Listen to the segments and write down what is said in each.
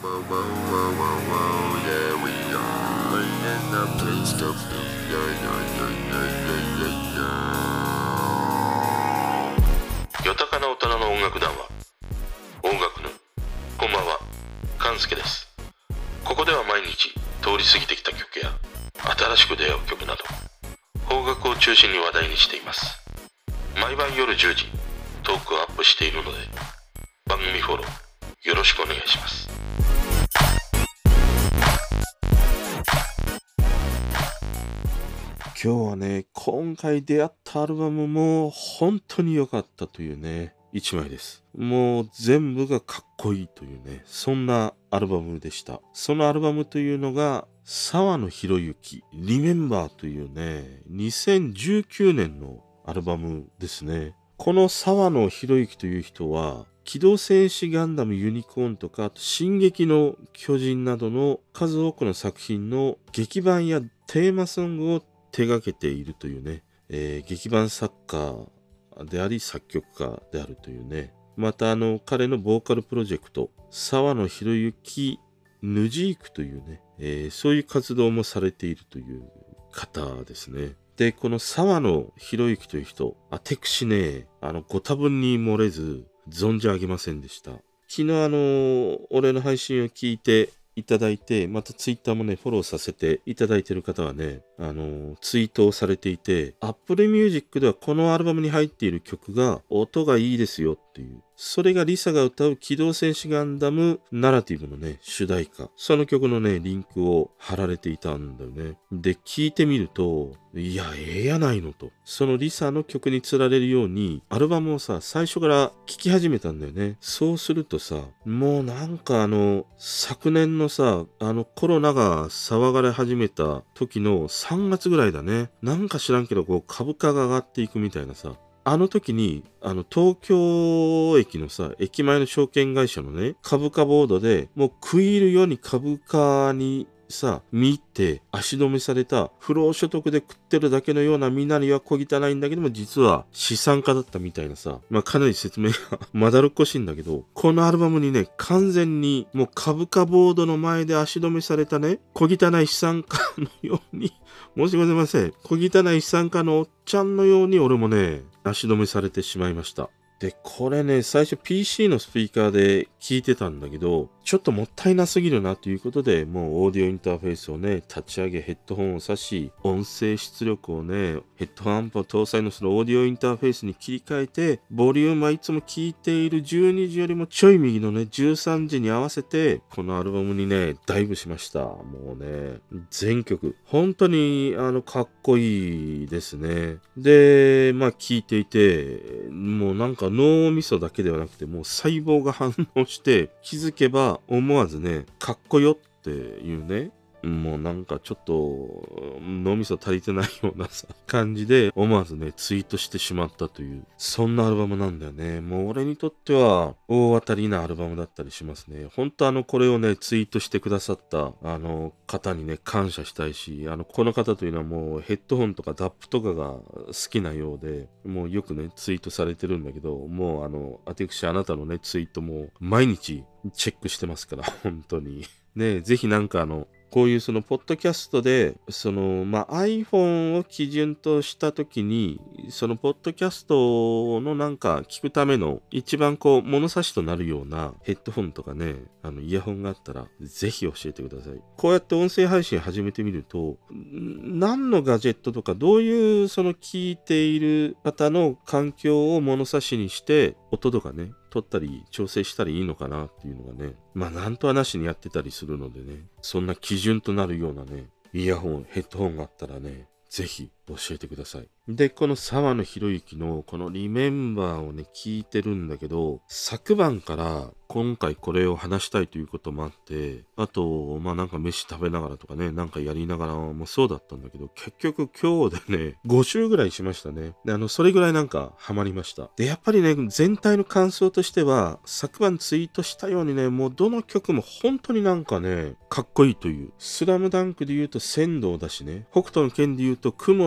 Yeah, we are in the place to be. Yeah. よたかな大人の音楽談話音楽のこんばんは、勘介です。ここでは毎日通り過ぎてきた曲や新しく出会う曲など邦楽を中心に話題にしています。毎晩夜10時トークをアップしているので番組フォローよろしくお願いします。 今日はね、今回出会ったアルバムも本当に良かったというね、一枚です。もう全部がかっこいいというね、そんなアルバムでした。そのアルバムというのが、沢野弘之リメンバーというね、2019年のアルバムですね。この沢野弘之という人は、機動戦士ガンダムユニコーンとか、あと進撃の巨人などの数多くの作品の劇版やテーマソングを手掛けているというね、劇版作家であり作曲家であるというね、また彼のボーカルプロジェクト沢野弘之ヌジークというね、そういう活動もされているという方ですね。で、この沢野弘之という人、私ね、ご多分に漏れず存じ上げませんでした。昨日俺の配信を聞いていただいて、またツイッターもね、フォローさせていただいている方はね、ツイートをされていて、Apple Music ではこのアルバムに入っている曲が音がいいですよっていう、それがリサが歌う機動戦士ガンダムナラティブのね、主題歌。その曲のね、リンクを貼られていたんだよね。で、聞いてみると、いや、やないのと。そのリサの曲につられるように、アルバムをさ、最初から聴き始めたんだよね。そうするとさ、もうなんか昨年のさ、コロナが騒がれ始めた時の3月ぐらいだね。なんか知らんけど、こう株価が上がっていくみたいなさ。時に、東京駅のさ、駅前の証券会社のね、株価ボードで、もう食い入るように株価にさ、見入って足止めされた不労所得で食ってるだけのような身なりは小汚いんだけども、実は資産家だったみたいなさ、かなり説明がまだるっこしいんだけど、このアルバムにね、完全にもう株価ボードの前で足止めされたね、小汚い資産家のように申し訳ございません。小汚い資産家のおっちゃんのように俺もね、足止めされてしまいました。で、これね、最初 PC のスピーカーで聞いてたんだけど、ちょっともったいなすぎるなということで、もうオーディオインターフェースをね、立ち上げヘッドホンを挿し、音声出力をね、ヘッドアンプを搭載のそのオーディオインターフェースに切り替えて、ボリュームはいつも聞いている12時よりもちょい右のね、13時に合わせて、このアルバムにね、ダイブしました。もうね、全曲、本当にかっこいいですね。で、聞いていて、もうなんか脳みそだけではなくて、もう細胞が反応して気づけば思わずね、かっこよっていうね、もうなんかちょっと脳みそ足りてないようなさ感じで思わずねツイートしてしまったというそんなアルバムなんだよね。もう俺にとっては大当たりなアルバムだったりしますね。本当これをねツイートしてくださった方にね感謝したいし、この方というのはもうヘッドホンとかダップとかが好きなようで、もうよくねツイートされてるんだけど、もう私あなたのねツイートも毎日チェックしてますから本当にね、ぜひなんかこういうそのポッドキャストでiPhone を基準としたときにそのポッドキャストのなんか聞くための一番物差しとなるようなヘッドホンとかねイヤホンがあったらぜひ教えてください。こうやって音声配信始めてみると何のガジェットとかどういうその聞いている方の環境を物差しにして音とかね取ったり調整したりいいのかなっていうのがね、なんとはなしにやってたりするのでね、そんな基準となるようなねイヤホンヘッドホンがあったらねぜひ教えてください。で、この沢野弘之のこのリメンバーをね聞いてるんだけど、昨晩から今回これを話したいということもあって、あとなんか飯食べながらとかねなんかやりながらもそうだったんだけど、結局今日でね5週ぐらいしましたね。でそれぐらいなんかハマりました。でやっぱりね全体の感想としては昨晩ツイートしたようにね、もうどの曲も本当になんかねかっこいいという、スラムダンクで言うと仙道だしね、北斗の拳で言うと雲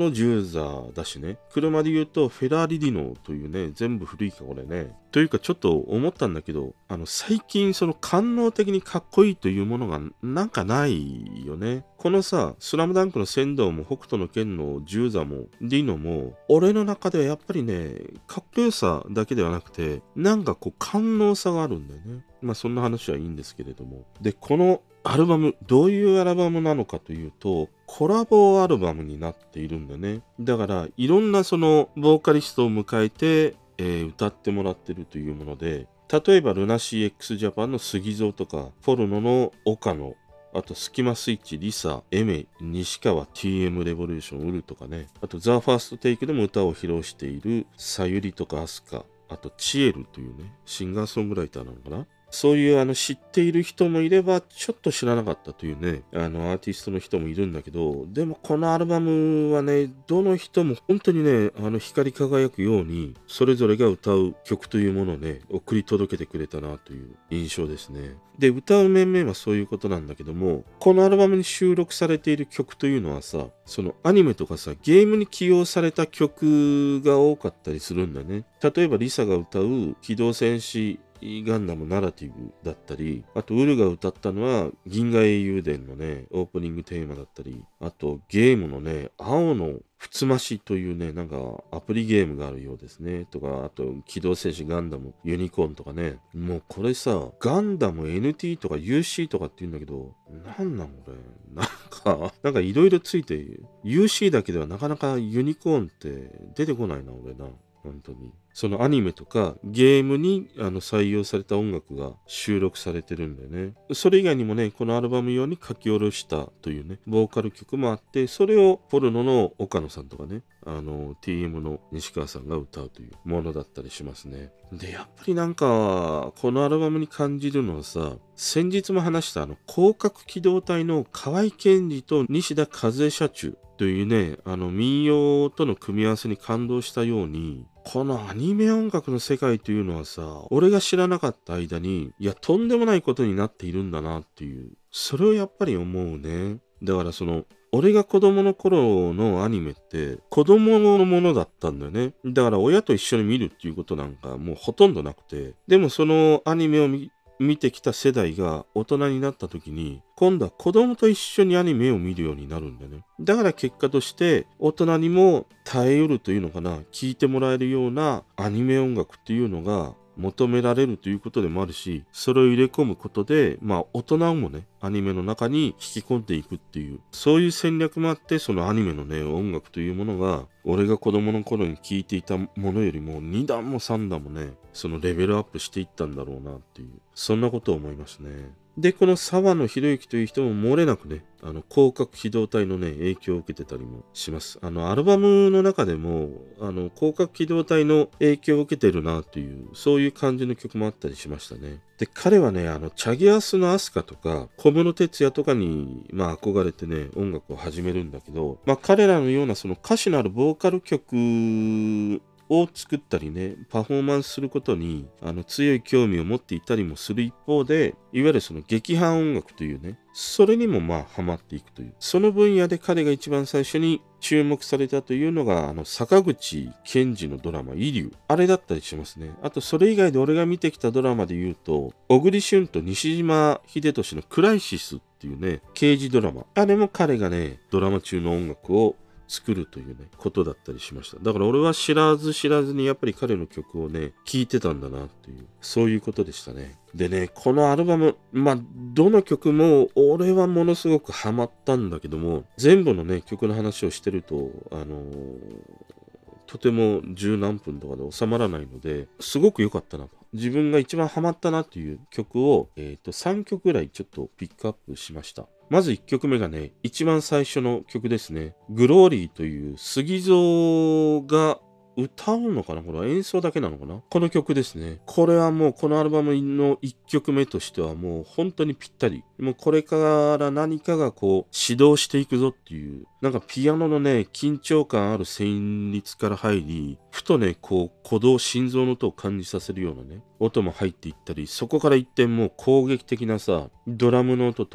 の10座だしね。車で言うとフェラーリディノというね、全部古いかこれね。というかちょっと思ったんだけど、最近その官能的にかっこいいというものがなんかないよね。このさ、スラムダンクの仙道も北斗の拳の10座もディノも、俺の中ではやっぱりね、かっこよさだけではなくて、なんかこう官能さがあるんだよね。まあそんな話はいいんですけれども。で、このアルバム、どういうアルバムなのかというと、コラボアルバムになっているんだね。だから、いろんなそのボーカリストを迎えて、歌ってもらってるというもので、例えばルナシー X ジャパンの杉蔵とか、ポルノの岡野、あとスキマスイッチ、リサ、エメ、西川、TM レボリューション、ウルとかね、あとザ・ファーストテイクでも歌を披露しているさゆりとかアスカ、あとチエルというね、シンガーソングライターなのかな。そういう知っている人もいれば、ちょっと知らなかったというね、アーティストの人もいるんだけど、でもこのアルバムはね、どの人も本当にね、光り輝くように、それぞれが歌う曲というものをね、送り届けてくれたなという印象ですね。で、歌う面々はそういうことなんだけども、このアルバムに収録されている曲というのはさ、そのアニメとかさ、ゲームに起用された曲が多かったりするんだね。例えばリサが歌う機動戦士ガンダムナラティブだったり、あとウルが歌ったのは銀河英雄伝のね、オープニングテーマだったり、あとゲームのね、青のふつましというね、なんかアプリゲームがあるようですね。とか、あと機動戦士ガンダム、ユニコーンとかね。もうこれさ、ガンダム NT とか UC とかって言うんだけど、なんなんこれ。なんかいろいろついて、UC だけではなかなかユニコーンって出てこないな、俺な。本当に。そのアニメとかゲームに採用された音楽が収録されてるんだよね。それ以外にもね、このアルバム用に書き下ろしたというね、ボーカル曲もあって、それをポルノの岡野さんとかね、TM の西川さんが歌うというものだったりしますね。で、やっぱりなんか、このアルバムに感じるのはさ、先日も話した広角機動隊の河合健二と西田和恵社中というね、民謡との組み合わせに感動したように、このアニメ音楽の世界というのはさ、俺が知らなかった間に、いや、とんでもないことになっているんだなっていう、それをやっぱり思うね。だから俺が子供の頃のアニメって子供のものだったんだよね。だから親と一緒に見るっていうことなんかもうほとんどなくて、でもそのアニメを見てきた世代が大人になった時に、今度は子供と一緒にアニメを見るようになるんだよね。だから結果として大人にも耐えうるというのかな、聞いてもらえるようなアニメ音楽っていうのが求められるということでもあるし、それを入れ込むことで、大人もね、アニメの中に引き込んでいくっていう、そういう戦略もあって、そのアニメのね、音楽というものが、俺が子供の頃に聴いていたものよりも2段も3段もね、そのレベルアップしていったんだろうなっていう、そんなことを思いますね。で、この沢野博之という人も漏れなくね、広角機動隊のね、影響を受けてたりもします。アルバムの中でも、広角機動隊の影響を受けてるなという、そういう感じの曲もあったりしましたね。で、彼はね、チャゲアスのアスカとか、小室哲哉とかに、憧れてね、音楽を始めるんだけど、彼らのようなその歌詞のあるボーカル曲を作ったりね、パフォーマンスすることに強い興味を持っていたりもする一方で、いわゆるその劇伴音楽というね、それにもハマっていくという、その分野で彼が一番最初に注目されたというのが坂口健二のドラマイリュウ、あれだったりしますね。あとそれ以外で俺が見てきたドラマで言うと、小栗旬と西島秀俊のクライシスっていうね、刑事ドラマ、あれも彼がね、ドラマ中の音楽を作るというね、ことだったりしました。だから俺は知らずにやっぱり彼の曲をね、聴いてたんだなっていう、そういうことでしたね。でね、このアルバム、どの曲も俺はものすごくハマったんだけども、全部のね、曲の話をしてると、とても十何分とかで収まらないので、すごく良かったなと。自分が一番ハマったなという曲を、3曲ぐらいちょっとピックアップしました。まず1曲目がね、一番最初の曲ですね。グローリーという杉蔵が歌うのかな、これは演奏だけなのかな、この曲ですね。これはもうこのアルバムの1曲目としてはもう本当にぴったり。もうこれから何かがこう指導していくぞっていう、なんかピアノのね、緊張感ある旋律から入り、ふとね、こう鼓動、心臓の音を感じさせるようなね、音も入っていったり、そこから一転もう攻撃的なさ、ドラムの音と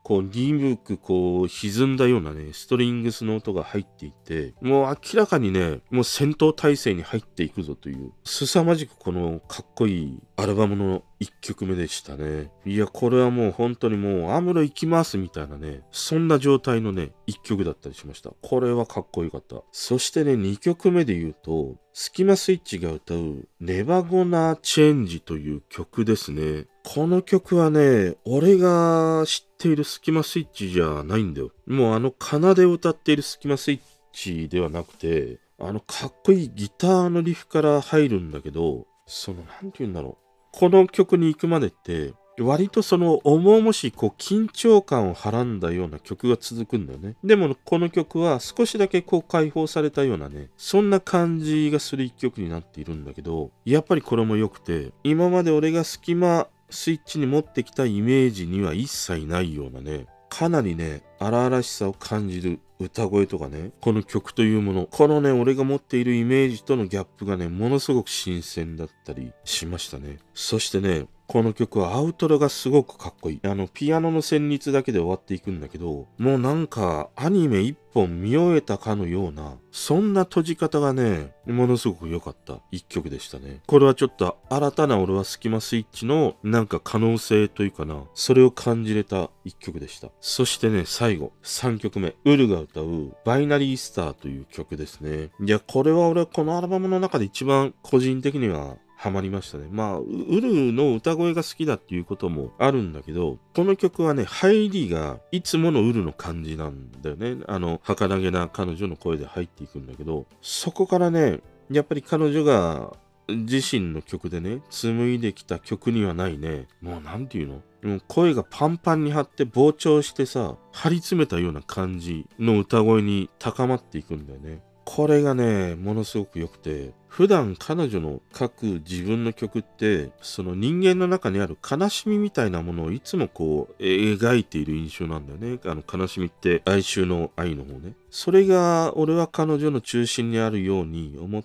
こう鈍くこう歪んだようなね、ストリングスの音が入っていて、もう明らかにね、もう戦闘態勢に入っていくぞという、凄まじくこのかっこいいアルバムの1曲目でしたね。いや、これはもう本当にもうアムロ行きますみたいなね、そんな状態のね、1曲だったりしました。これはかっこよかった。そしてね、2曲目で言うと、スキマスイッチが歌うネバゴナチェンジという曲ですね。この曲はね、俺が知っているスキマスイッチじゃないんだよ。もう奏で歌っているスキマスイッチではなくて、かっこいいギターのリフから入るんだけど、なんて言うんだろう。この曲に行くまでって、割と重々しい緊張感をはらんだような曲が続くんだよね。でもこの曲は少しだけ解放されたようなね、そんな感じがする一曲になっているんだけど、やっぱりこれも良くて、今まで俺がスキマスイッチに持ってきたイメージには一切ないようなね、かなりね、荒々しさを感じる歌声とかね、この曲というもの、このね、俺が持っているイメージとのギャップがね、ものすごく新鮮だったりしましたね。そしてね、この曲はアウトロがすごくかっこいい。ピアノの旋律だけで終わっていくんだけど、もうなんかアニメ一本見終えたかのような、そんな閉じ方がね、ものすごく良かった一曲でしたね。これはちょっと新たな俺はスキマスイッチのなんか可能性というかな、それを感じれた一曲でした。そしてね、最後、3曲目、ウルが歌うバイナリースターという曲ですね。いや、これは俺はこのアルバムの中で一番個人的にはハマりましたね。まあ、ウルの歌声が好きだっていうこともあるんだけど、この曲はね、入りがいつものウルの感じなんだよね。儚げな彼女の声で入っていくんだけど、そこからね、やっぱり彼女が自身の曲でね、紡いできた曲にはないね、もうなんていうの？もう声がパンパンに張って膨張してさ、張り詰めたような感じの歌声に高まっていくんだよね。これがね、ものすごく良くて、普段彼女の書く自分の曲って、その人間の中にある悲しみみたいなものをいつも描いている印象なんだよね。悲しみって哀愁の愛の方ね。それが俺は彼女の中心にあるように思って、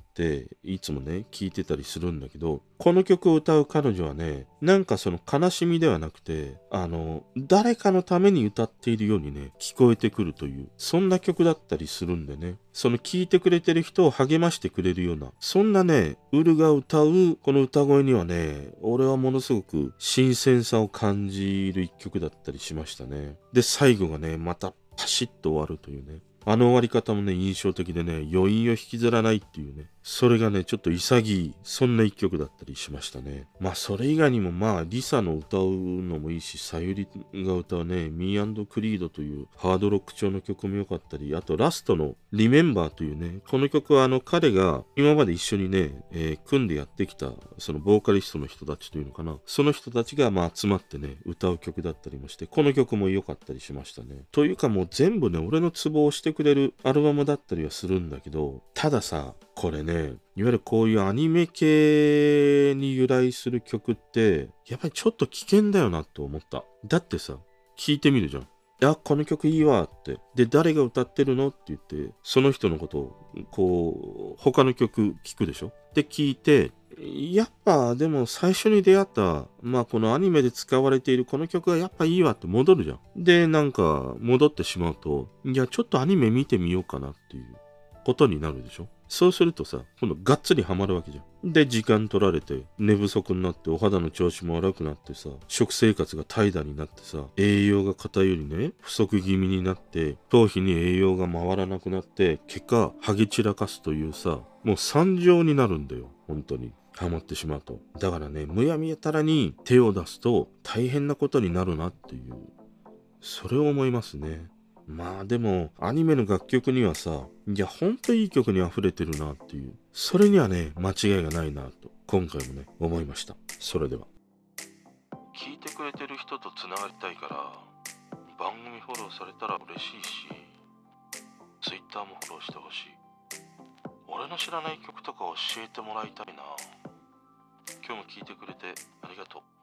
いつもね、聴いてたりするんだけど、この曲を歌う彼女はね、なんかその悲しみではなくて、誰かのために歌っているようにね、聞こえてくるという、そんな曲だったりするんでね、その聴いてくれてる人を励ましてくれるような、そんなね、ウルが歌うこの歌声にはね、俺はものすごく新鮮さを感じる一曲だったりしましたね。で、最後がね、またパシッと終わるというね。終わり方もね、印象的でね、余韻を引きずらないっていうね、それがね、ちょっと潔い、そんな一曲だったりしましたね。まあ、それ以外にも、まあ、リサの歌うのもいいし、さゆりが歌うね、Me& クリードというハードロック調の曲も良かったり、あとラストのリメンバーというね、この曲は彼が今まで一緒にね、組んでやってきた、そのボーカリストの人たちというのかな、その人たちがまあ集まってね、歌う曲だったりもして、この曲も良かったりしましたね。というかもう全部ね、俺のツボをしてくれるアルバムだったりはするんだけど、たださ、これね、いわゆるこういうアニメ系に由来する曲って、やっぱりちょっと危険だよなと思った。だってさ、聞いてみるじゃん。いや、この曲いいわって。で、誰が歌ってるのって言って、その人のことを、他の曲聞くでしょ？で、聞いて、やっぱでも最初に出会った、まあこのアニメで使われているこの曲がやっぱいいわって戻るじゃん。で、なんか戻ってしまうと、いや、ちょっとアニメ見てみようかなっていうことになるでしょ。そうするとさ、今度がっつりハマるわけじゃん。で、時間取られて、寝不足になって、お肌の調子も悪くなってさ、食生活が怠惰になってさ、栄養が偏りね、不足気味になって、頭皮に栄養が回らなくなって、結果、剥ぎ散らかすというさ、もう惨状になるんだよ、本当に。ハマってしまうと。だからね、むやみやたらに手を出すと大変なことになるなっていう、それを思いますね。まあでも、アニメの楽曲にはさ、いや、ほんといい曲に溢れてるなっていう、それにはね、間違いがないなと、今回もね、思いました。それでは。 聞いてくれてる人とつながりたいから、番組フォローされたら嬉しいし、Twitter もフォローしてほしい。俺の知らない曲とか教えてもらいたいな。今日も聞いてくれてありがとう。